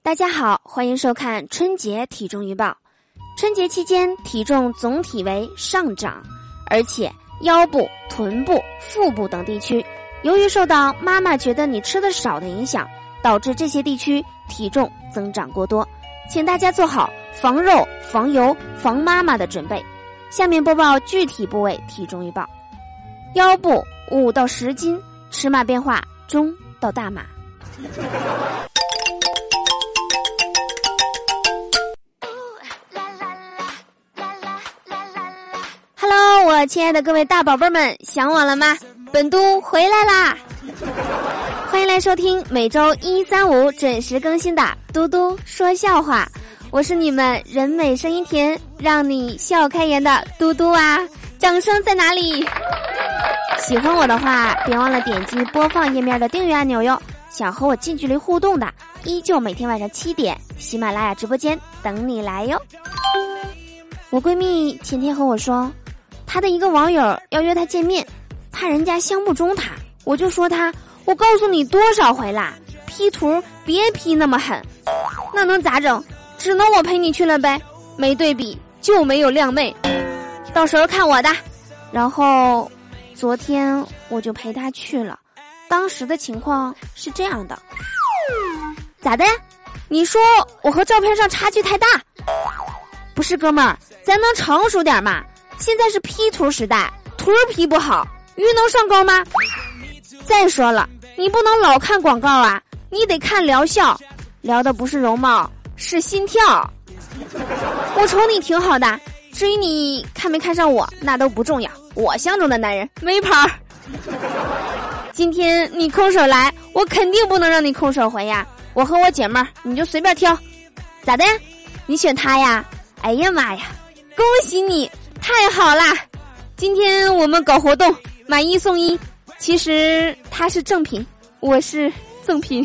大家好，欢迎收看春节体重预报。春节期间体重总体为上涨，而且腰部、臀部、腹部等地区，由于受到妈妈觉得你吃的少的影响，导致这些地区体重增长过多，请大家做好防肉、防油、防妈妈的准备。下面播报具体部位体重预报。腰部5到10斤，尺码变化中到大码。Hello， 我亲爱的各位大宝贝们，想我了吗？本都回来啦！欢迎来收听每周1、3、5准时更新的嘟嘟说笑话，我是你们人美声音甜，让你笑开颜的嘟嘟啊！掌声在哪里？喜欢我的话，别忘了点击播放页面的订阅按钮哟。想和我近距离互动的，依旧每天晚上7点，喜马拉雅直播间等你来哟。我闺蜜前天和我说，她的一个网友要约她见面，怕人家相不中她，我就说她，我告诉你多少回啦，P图别 P 那么狠。那能咋整？只能我陪你去了呗，没对比就没有靓妹，到时候看我的。然后昨天我就陪她去了，当时的情况是这样的。咋的？你说我和照片上差距太大？不是哥们儿，咱能成熟点嘛？现在是 P 图时代，图 P 不好，鱼能上钩吗？再说了，你不能老看广告啊，你得看疗效，聊的不是容貌，是心跳。我瞅你挺好的，至于你看没看上我，那都不重要，我相中的男人没牌儿。今天你空手来，我肯定不能让你空手回呀，我和我姐妹儿你就随便挑。咋的？你选他呀？哎呀妈呀，恭喜你，太好啦！今天我们搞活动，买1送1，其实他是正品，我是赠品。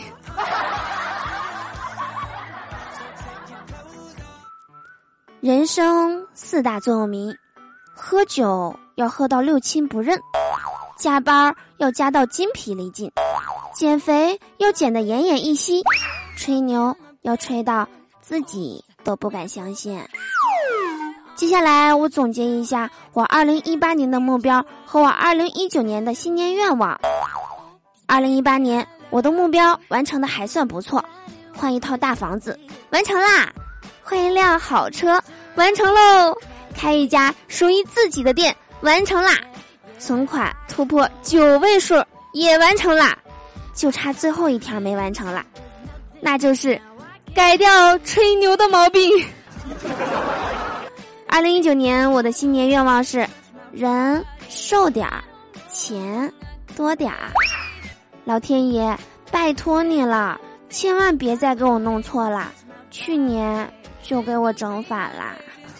人生4大座右铭：喝酒要喝到六亲不认，加班要加到筋疲力尽，减肥要减得奄奄一息，吹牛要吹到自己都不敢相信。接下来我总结一下我2018年的目标和我2019年的新年愿望。2018年我的目标完成的还算不错，换一套大房子完成啦，换一辆好车完成喽，开一家属于自己的店完成啦，存款突破9位数也完成啦，就差最后一条没完成啦，那就是改掉吹牛的毛病。2019年我的新年愿望是人瘦点儿，钱多点儿。老天爷拜托你了，千万别再给我弄错了，去年就给我整反啦。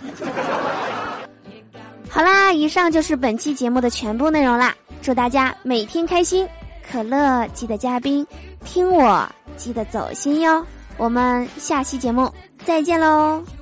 好啦，以上就是本期节目的全部内容啦，祝大家每天开心，可乐记得加冰，听我记得走心哟，我们下期节目再见喽。